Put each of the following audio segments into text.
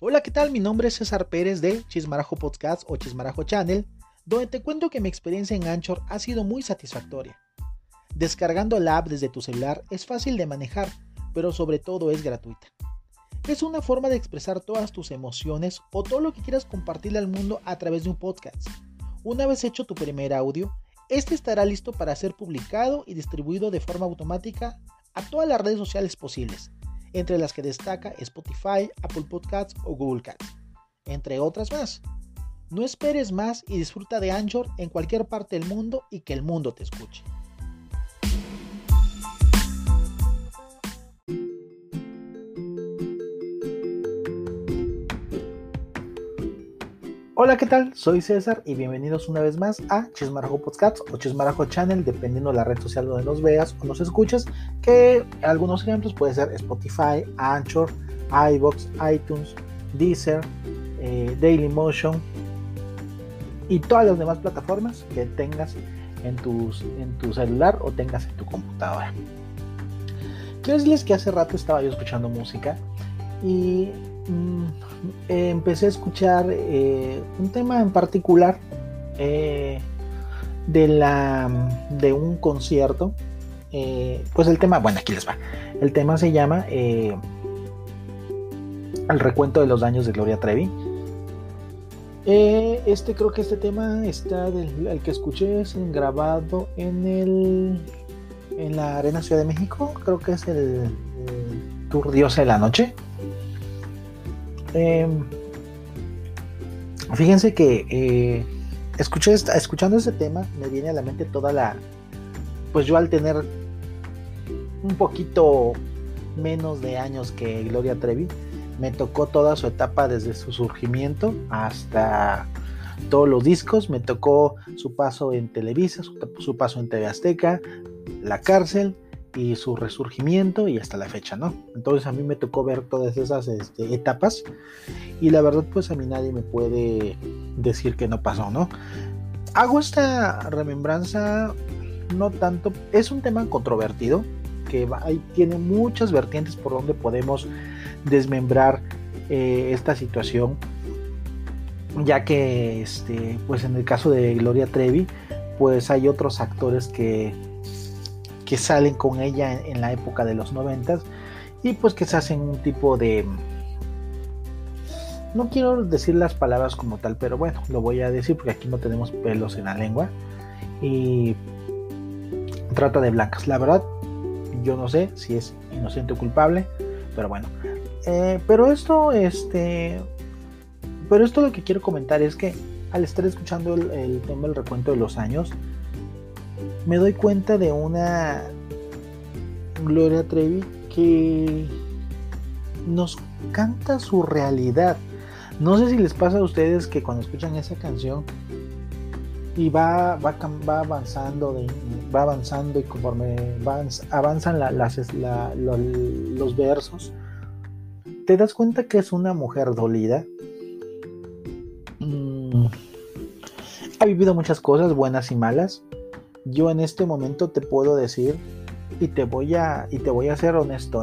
Hola, ¿qué tal? Mi nombre es César Pérez de Chismarajo Podcast o Chismarajo Channel, donde te cuento que mi experiencia en Anchor ha sido muy satisfactoria. Descargando la app desde tu celular es fácil de manejar, pero sobre todo es gratuita. Es una forma de expresar todas tus emociones o todo lo que quieras compartirle al mundo a través de un podcast. Una vez hecho tu primer audio, este estará listo para ser publicado y distribuido de forma automática a todas las redes sociales posibles, entre las que destaca Spotify, Apple Podcasts o Google Cats, entre otras más. No esperes más y disfruta de Anchor en cualquier parte del mundo y que el mundo te escuche. Hola, ¿qué tal? Soy César y bienvenidos una vez más a Chismarajo Podcasts o Chismarajo Channel, dependiendo de la red social donde nos veas o nos escuches, que algunos ejemplos puede ser Spotify, Anchor, iVoox, iTunes, Deezer, Dailymotion y todas las demás plataformas que tengas en tu celular o tengas en tu computadora. Quiero decirles que hace rato estaba yo escuchando música y empecé a escuchar un tema en particular de un concierto. Pues el tema, bueno, aquí les va. El tema se llama El recuento de los daños de Gloria Trevi. Creo que este tema está el que escuché es grabado en la Arena Ciudad de México. Creo que es el Tour Diosa de la Noche. Fíjense que escuchando este tema me viene a la mente pues yo al tener un poquito menos de años que Gloria Trevi, me tocó toda su etapa desde su surgimiento hasta todos los discos, me tocó su paso en Televisa, su paso en TV Azteca, la cárcel y su resurgimiento y hasta la fecha, ¿no? Entonces a mí me tocó ver todas esas etapas y la verdad pues a mí nadie me puede decir que no pasó, ¿no? Hago esta remembranza no tanto, es un tema controvertido que tiene muchas vertientes por donde podemos desmembrar esta situación, ya que pues en el caso de Gloria Trevi pues hay otros actores que salen con ella en la época de los 90 y pues que se hacen un tipo de, no quiero decir las palabras como tal, pero bueno, lo voy a decir porque aquí no tenemos pelos en la lengua, y trata de blancas. La verdad yo no sé si es inocente o culpable, pero bueno, pero esto lo que quiero comentar es que al estar escuchando el tema del recuento de los años, me doy cuenta de una Gloria Trevi que nos canta su realidad. No sé si les pasa a ustedes que cuando escuchan esa canción y va avanzando y conforme avanzan los versos, te das cuenta que es una mujer dolida. Ha vivido muchas cosas buenas y malas. Yo en este momento te puedo decir y te voy a ser honesto,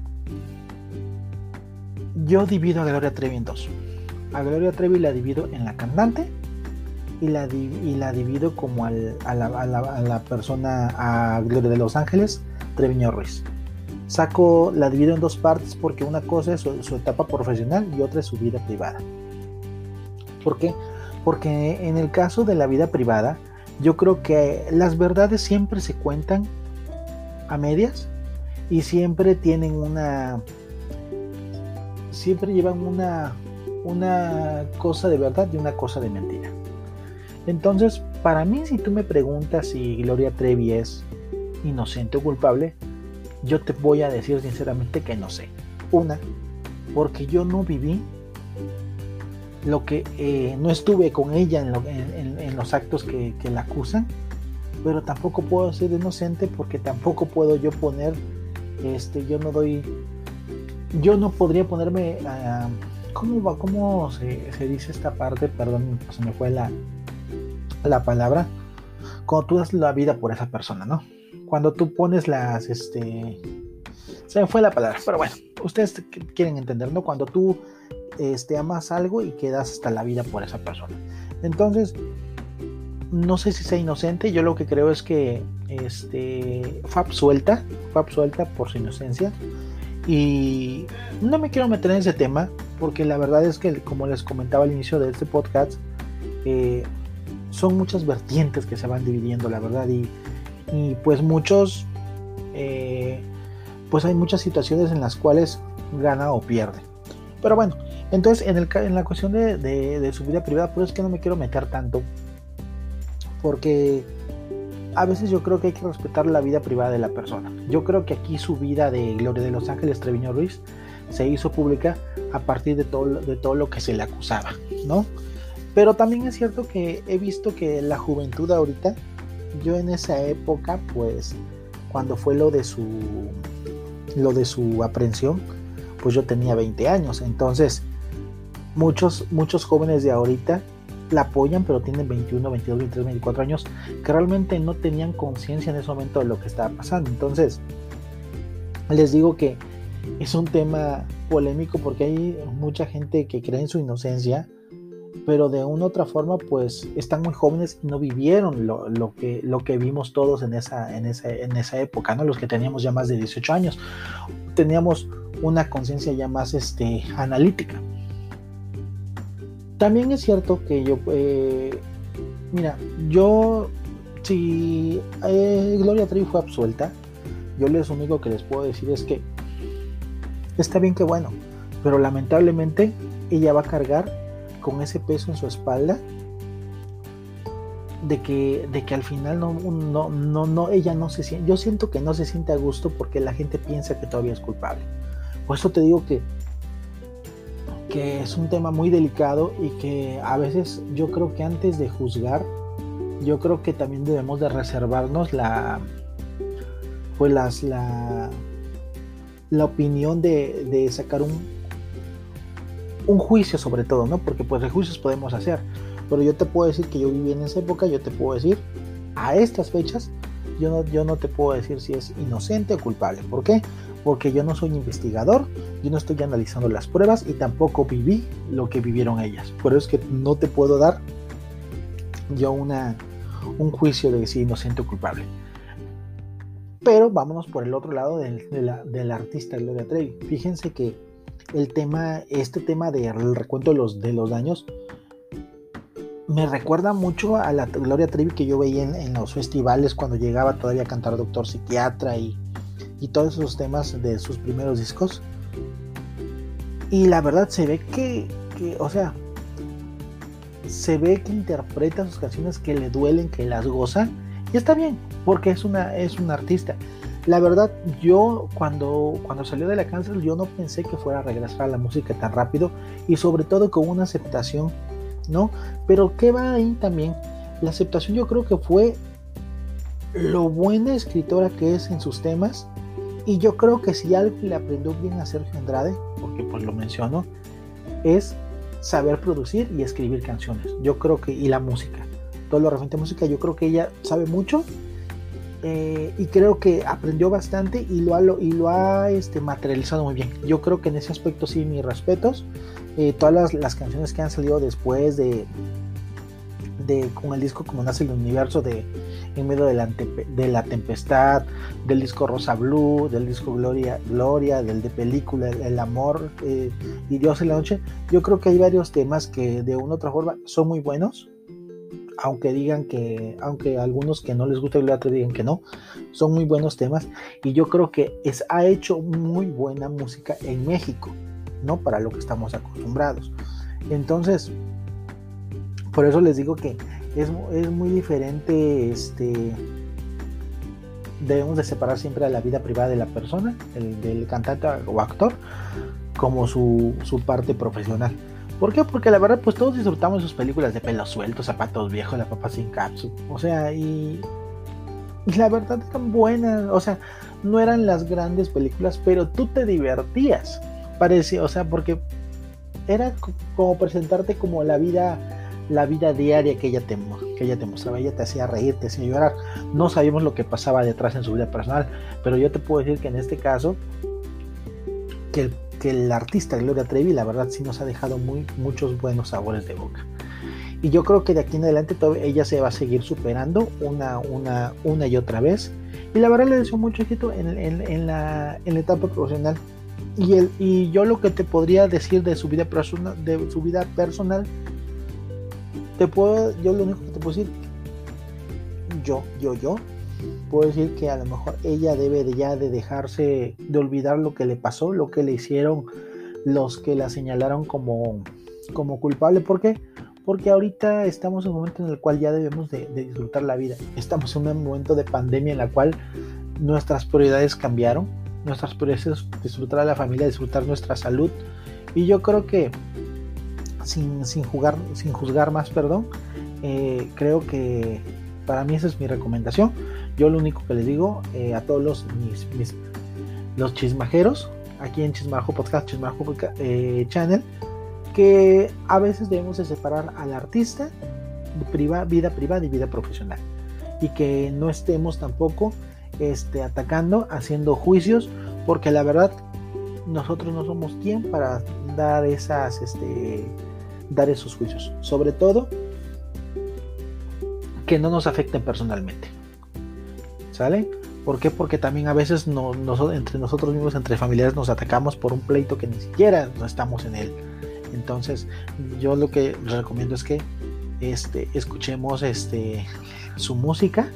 yo divido a Gloria Trevi en dos. A Gloria Trevi la divido en la cantante y la divido como a la persona, a Gloria de Los Ángeles Treviño Ruiz. La divido en dos partes porque una cosa es su etapa profesional y otra es su vida privada. ¿Por qué? Porque en el caso de la vida privada, yo creo que las verdades siempre se cuentan a medias y siempre llevan una cosa de verdad y una cosa de mentira. Entonces, para mí, si tú me preguntas si Gloria Trevi es inocente o culpable, yo te voy a decir sinceramente que no sé. Una, porque yo no viví no estuve con ella en los actos que la acusan, pero tampoco puedo ser inocente porque tampoco puedo yo poner, yo no podría ponerme, ¿cómo se dice esta parte? Perdón, se me fue la palabra. Cuando tú das la vida por esa persona, ¿no? Cuando tú pones se me fue la palabra, pero bueno, ustedes quieren entender, ¿no? Cuando tú amas algo y quedas hasta la vida por esa persona. Entonces, no sé si sea inocente. Yo lo que creo es que fue absuelta por su inocencia. Y no me quiero meter en ese tema, porque la verdad es que, como les comentaba al inicio de este podcast, son muchas vertientes que se van dividiendo, la verdad, y pues muchos, pues hay muchas situaciones en las cuales gana o pierde. Pero bueno, entonces en la cuestión de su vida privada, pues es que no me quiero meter tanto, porque a veces yo creo que hay que respetar la vida privada de la persona. Yo creo que aquí su vida de Gloria de Los Ángeles Treviño Ruiz se hizo pública a partir de todo lo que se le acusaba, ¿no? Pero también es cierto que he visto que la juventud ahorita, yo en esa época, pues cuando fue lo de su aprehensión, pues yo tenía 20 años. Entonces muchos jóvenes de ahorita la apoyan, pero tienen 21, 22, 23, 24 años, que realmente no tenían conciencia en ese momento de lo que estaba pasando. Entonces les digo que es un tema polémico, porque hay mucha gente que cree en su inocencia, pero de una u otra forma pues están muy jóvenes y no vivieron lo que vimos todos en esa época, ¿no? Los que teníamos ya más de 18 años teníamos una conciencia ya más analítica. También es cierto que si Gloria Trevi fue absuelta, yo lo único que les puedo decir es que está bien, que bueno, pero lamentablemente ella va a cargar con ese peso en su espalda de que al final ella no se siente, yo siento que no se siente a gusto, porque la gente piensa que todavía es culpable. Por eso te digo que es un tema muy delicado, y que a veces yo creo que antes de juzgar, yo creo que también debemos de reservarnos la opinión de sacar un juicio sobre todo, ¿no? Porque pues juicios podemos hacer, pero yo te puedo decir que yo viví en esa época. Yo te puedo decir, a estas fechas, yo no te puedo decir si es inocente o culpable. ¿Por qué? Porque yo no soy investigador, yo no estoy analizando las pruebas, y tampoco viví lo que vivieron ellas. Por eso es que no te puedo dar yo un juicio de si inocente o culpable. Pero vámonos por el otro lado de la artista Gloria Trevi. Fíjense que este tema del recuento de los daños me recuerda mucho a la Gloria Trevi que yo veía en los festivales, cuando llegaba todavía a cantar Doctor Psiquiatra y todos esos temas de sus primeros discos. Y la verdad se ve que se ve que interpreta sus canciones, que le duelen, que las goza, y está bien, porque es una artista. La verdad, yo cuando salió de la cárcel, yo no pensé que fuera a regresar a la música tan rápido, y sobre todo con una aceptación, ¿no? Pero ¿qué va ahí también? La aceptación, yo creo que fue lo buena escritora que es en sus temas. Y yo creo que si algo le aprendió bien a Sergio Andrade, porque pues lo menciono, es saber producir y escribir canciones. Yo creo que, y la música, todo lo referente a música, yo creo que ella sabe mucho, y creo que aprendió bastante, y lo ha materializado muy bien. Yo creo que en ese aspecto sí, mis respetos. Todas las canciones que han salido después con el disco Como Nace el Universo, En Medio de la Tempestad, del disco Rosa Blue, del disco Gloria, del de Película, El Amor, y Dios en la Noche. Yo creo que hay varios temas que de una u otra forma son muy buenos, aunque algunos que no les gusta Gloria Trevi digan que no, son muy buenos temas, y yo creo que ha hecho muy buena música en México, no para lo que estamos acostumbrados. Entonces, por eso les digo que es muy diferente. Debemos de separar siempre a la vida privada de la persona, del cantante o actor, como su parte profesional. ¿Por qué? Porque la verdad, pues todos disfrutamos sus películas de Pelo Suelto, Zapatos Viejos, La Papa Sin Capsu, o sea, y la verdad eran buenas, o sea, no eran las grandes películas, pero tú te divertías, parecía, o sea, porque era como presentarte como la vida diaria que ella te mostraba. Ella te hacía reír, te hacía llorar. No sabíamos lo que pasaba detrás en su vida personal, pero yo te puedo decir que en este caso, que que el artista Gloria Trevi, la verdad sí nos ha dejado muchos buenos sabores de boca. Y yo creo que de aquí en adelante ella se va a seguir superando una y otra vez. Y la verdad le deseo mucho éxito en la etapa profesional. Y yo lo que te podría decir de su vida personal, yo lo único que te puedo decir, yo puedo decir que a lo mejor ella debe de dejarse de olvidar lo que le pasó, lo que le hicieron los que la señalaron como culpable. ¿Por qué? Porque ahorita estamos en un momento en el cual ya debemos de disfrutar la vida. Estamos en un momento de pandemia en la cual nuestras prioridades cambiaron. Nuestras prioridades es disfrutar a la familia, disfrutar nuestra salud. Y yo creo que sin juzgar más, creo que para mí esa es mi recomendación. Yo lo único que les digo a todos los chismajeros aquí en Chismarajo Podcast, Channel, que a veces debemos de separar al artista de vida privada y vida profesional, y que no estemos tampoco atacando, haciendo juicios, porque la verdad nosotros no somos quien para dar esos juicios, sobre todo que no nos afecten personalmente, ¿sale? ¿Por qué? Porque también a veces entre nosotros mismos, entre familiares, nos atacamos por un pleito que ni siquiera no estamos en él. Entonces yo lo que les recomiendo es que escuchemos su música,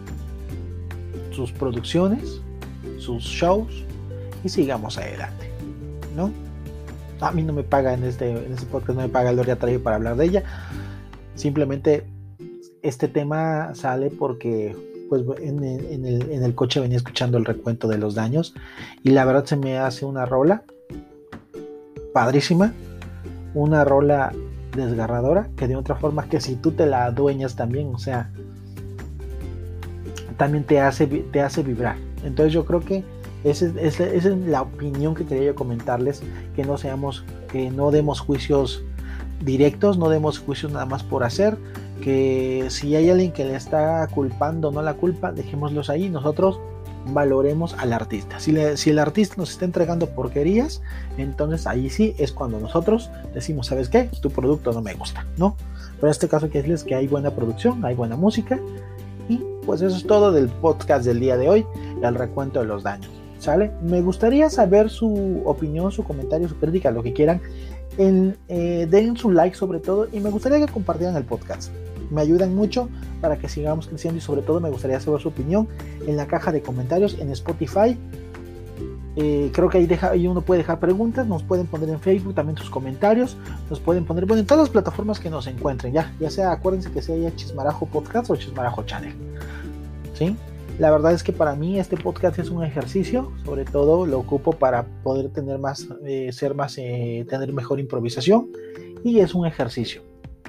sus producciones, sus shows, y sigamos adelante, ¿no? A mí no me paga en este podcast, no me paga Gloria Trevi para hablar de ella. Simplemente este tema sale porque pues en el coche venía escuchando el recuento de los daños, y la verdad se me hace una rola padrísima, una rola desgarradora, que de otra forma que si tú te la adueñas también, o sea, también te hace vibrar. Entonces yo creo que esa es la opinión que quería yo comentarles, que no demos juicios directos, no demos juicios nada más por hacer, que si hay alguien que le está culpando, no la culpa, dejémoslos ahí, nosotros valoremos al artista. Si el artista nos está entregando porquerías, entonces ahí sí es cuando nosotros decimos, ¿sabes qué? Tu producto no me gusta, ¿no? Pero en este caso quiero decirles que hay buena producción, hay buena música, y pues eso es todo del podcast del día de hoy, el recuento de los daños, ¿sale? Me gustaría saber su opinión, su comentario, su crítica, lo que quieran. Den su like sobre todo, y me gustaría que compartieran el podcast. Me ayudan mucho para que sigamos creciendo, y sobre todo me gustaría saber su opinión en la caja de comentarios en Spotify. Creo que ahí uno puede dejar preguntas, nos pueden poner en Facebook también sus comentarios, nos pueden poner, en todas las plataformas que nos encuentren, ya sea, acuérdense que sea Chismarajo Podcast o Chismarajo Channel, ¿sí? La verdad es que para mí este podcast es un ejercicio, sobre todo lo ocupo para poder tener tener mejor improvisación, y es un ejercicio.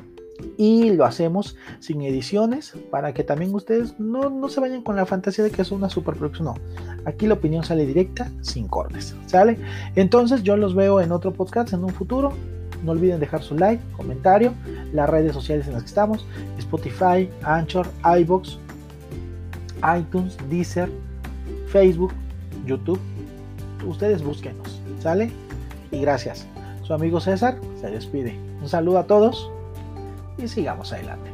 Y lo hacemos sin ediciones, para que también ustedes no se vayan con la fantasía de que es una superproducción. No, aquí la opinión sale directa, sin cortes, ¿sale? Entonces yo los veo en otro podcast en un futuro. No olviden dejar su like, comentario, las redes sociales en las que estamos: Spotify, Anchor, iVoox, iTunes, Deezer, Facebook, YouTube. Ustedes búsquenos, ¿sale? Y gracias. Su amigo César se despide. Un saludo a todos y sigamos adelante.